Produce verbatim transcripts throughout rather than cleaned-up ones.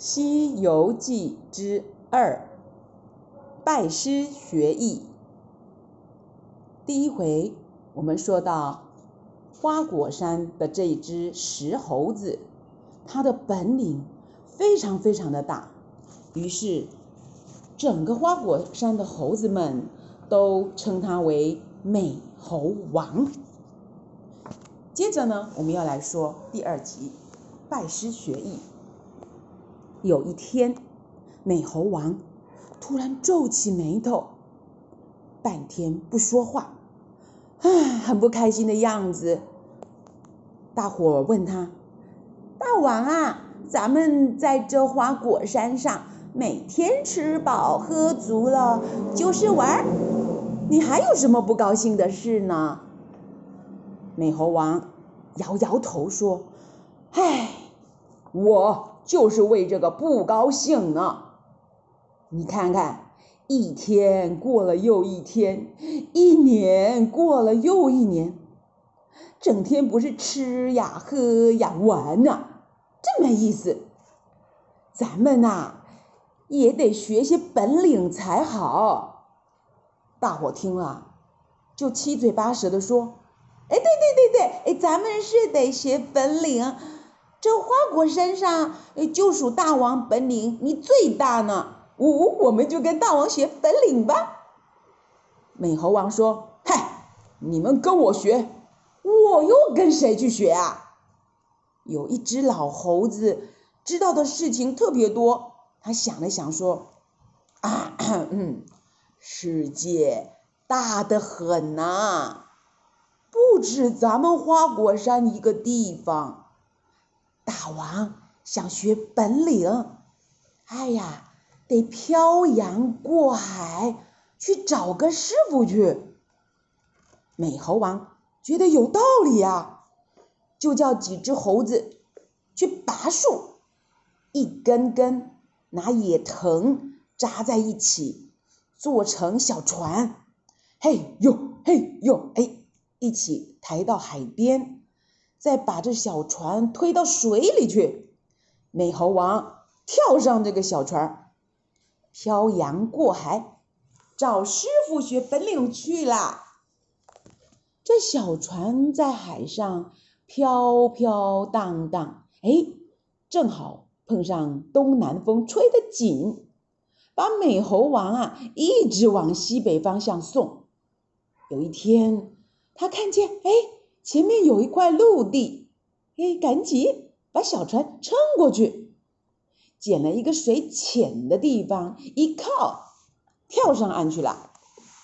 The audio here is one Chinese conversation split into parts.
西游记之二，拜师学艺。第一回我们说到花果山的这一只石猴子，它的本领非常非常的大，于是整个花果山的猴子们都称它为美猴王。接着呢，我们要来说第二集拜师学艺。有一天，美猴王突然皱起眉头，半天不说话，唉，很不开心的样子。大伙儿问他：大王啊，咱们在这花果山上每天吃饱喝足了就是玩，你还有什么不高兴的事呢？美猴王摇摇头说：唉，我就是为这个不高兴呢。你看看，一天过了又一天，一年过了又一年，整天不是吃呀喝呀玩呐，真没意思。咱们呐也得学些本领才好。大伙听了就七嘴八舌的说：哎，对对对对，哎，咱们是得学本领。这花果山上就属大王本领你最大呢，哦，我们就跟大王学本领吧。美猴王说：嗨，你们跟我学，我又跟谁去学啊？有一只老猴子知道的事情特别多，他想了想说：啊，嗯，世界大得很呐，啊，不止咱们花果山一个地方。大王想学本领，哎呀，得漂洋过海去找个师傅去。美猴王觉得有道理啊，就叫几只猴子去拔树，一根根拿野藤扎在一起，做成小船，嘿呦嘿呦，哎，一起抬到海边，再把这小船推到水里去。美猴王跳上这个小船，漂洋过海，找师傅学本领去啦。这小船在海上飘飘荡荡，哎，正好碰上东南风吹得紧，把美猴王啊一直往西北方向送。有一天，他看见哎前面有一块陆地，哎，赶紧把小船撑过去，捡了一个水浅的地方一靠，跳上岸去了。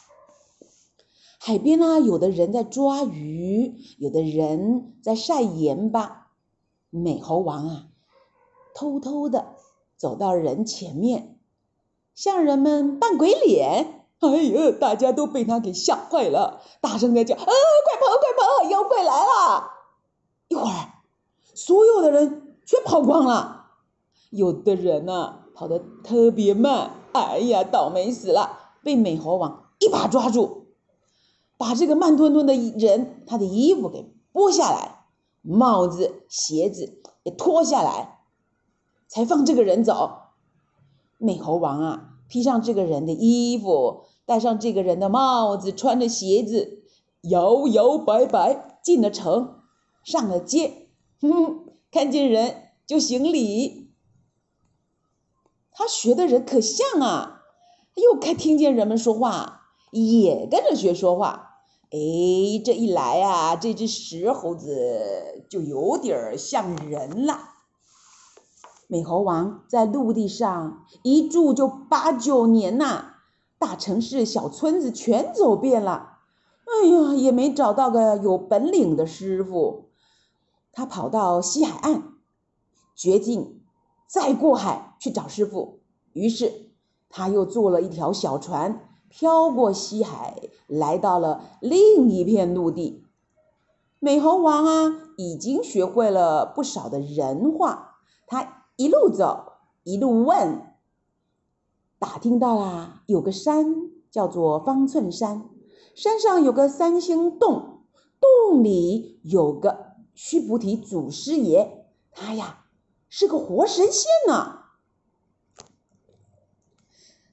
海边呢，有的人在抓鱼，有的人在晒盐巴。美猴王啊，偷偷的走到人前面，向人们扮鬼脸。哎呀，大家都被他给吓坏了，大声的叫：啊，快跑快跑，妖怪来了！一会儿，所有的人全跑光了，有的人呢，啊，跑得特别慢，哎呀，倒霉死了，被美猴王一把抓住，把这个慢吞吞的人他的衣服给剥下来，帽子鞋子也脱下来，才放这个人走。美猴王啊，披上这个人的衣服，戴上这个人的帽子，穿着鞋子，摇摇摆摆进了城，上了街，哼，看见人就行礼。他学的人可像啊，又看听见人们说话，也跟着学说话。哎，这一来啊，这只石猴子就有点像人了。美猴王在陆地上一住就八九年呐，大城市小村子全走遍了，哎呀，也没找到个有本领的师傅。他跑到西海岸，决定再过海去找师傅。于是他又坐了一条小船，飘过西海，来到了另一片陆地。美猴王啊，已经学会了不少的人话，他一路走一路问，打听到啦，有个山叫做方寸山，山上有个三星洞，洞里有个须菩提祖师爷，他呀是个活神仙呢。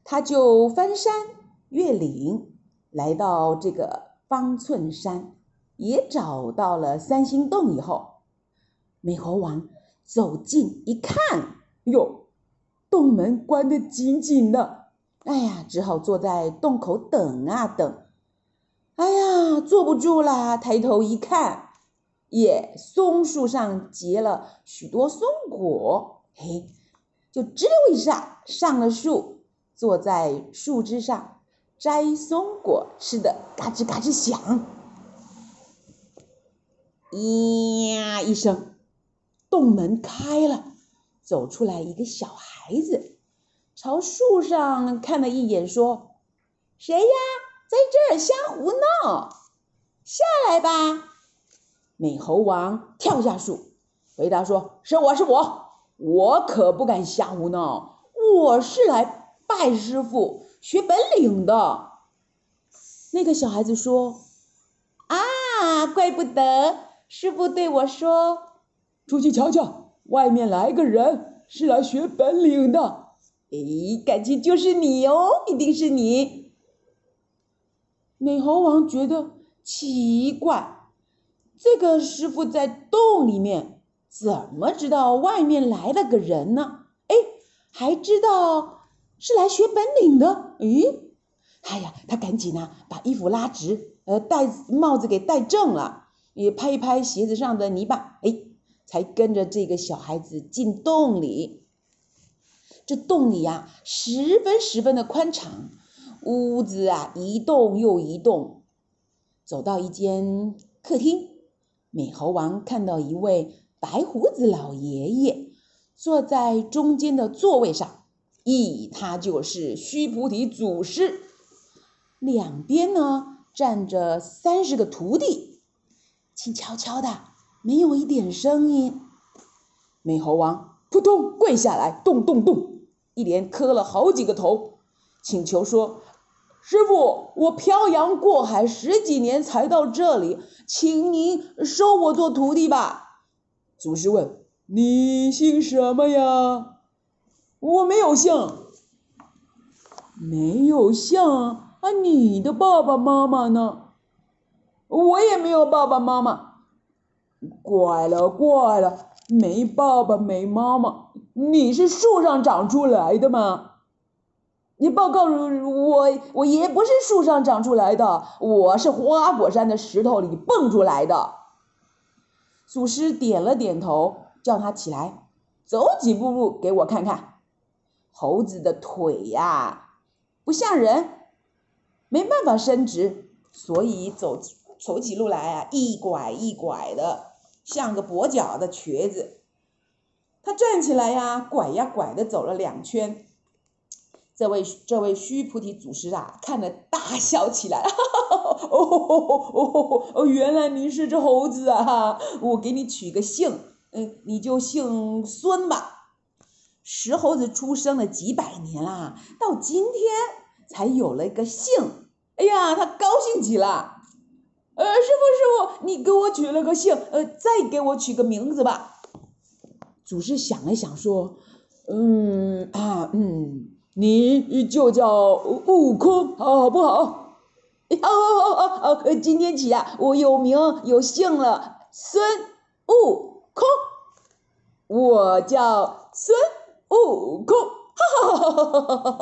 他就翻山越岭，来到这个方寸山，也找到了三星洞以后，美猴王走近一看，哟，洞门关得紧紧的，哎呀，只好坐在洞口等啊等。哎呀，坐不住啦，抬头一看，耶，松树上结了许多松果，嘿，就吱溜一下上了树，坐在树枝上摘松果，吃的嘎吱嘎吱响。呀一声，洞门开了，走出来一个小孩子，朝树上看了一眼，说：“谁呀？在这儿瞎胡闹，下来吧。”美猴王跳下树，回答说：“是我是我，我可不敢瞎胡闹，我是来拜师傅学本领的。”那个小孩子说：“啊，怪不得师傅对我说，出去瞧瞧，外面来个人，是来学本领的。诶，感情就是你哦，一定是你。”美猴王觉得奇怪，这个师傅在洞里面，怎么知道外面来了个人呢？哎，还知道是来学本领的。咦，哎呀，他赶紧啊，把衣服拉直，呃，戴帽子给戴正了，也拍一拍鞋子上的泥巴，哎，才跟着这个小孩子进洞里。这洞里啊，十分十分的宽敞，屋子啊一动又一动。走到一间客厅，美猴王看到一位白胡子老爷爷坐在中间的座位上，咦，他就是须菩提祖师。两边呢站着三十个徒弟，静悄悄的，没有一点声音。美猴王扑通跪下来，咚咚咚，一连磕了好几个头，请求说：“师傅，我漂洋过海十几年才到这里，请您收我做徒弟吧。”祖师问：“你姓什么呀？”“我没有姓。”“没有姓啊？你的爸爸妈妈呢？”“我也没有爸爸妈妈。”“怪了怪了，没爸爸没妈妈，你是树上长出来的吗？”“你报告我，我也不是树上长出来的，我是花果山的石头里蹦出来的。”祖师点了点头，叫他起来，走几步路给我看看。猴子的腿呀，不像人，没办法伸直，所以走走起路来啊，一拐一拐的，像个跛脚的瘸子。他站起来呀，拐呀拐的走了两圈。这位这位须菩提祖师啊，看了大笑起来，哦哦哦哦，原来你是只猴子啊！我给你取个姓，嗯，你就姓孙吧。石猴子出生了几百年啦，到今天才有了一个姓。哎呀，他高兴极了。呃，师傅师傅，你给我取了个姓，呃，再给我取个名字吧。祖师想了想说，嗯啊嗯。你就叫悟空好不好？哦哦哦哦！今天起啊，我有名有姓了，孙悟空。我叫孙悟空，哈哈哈哈哈哈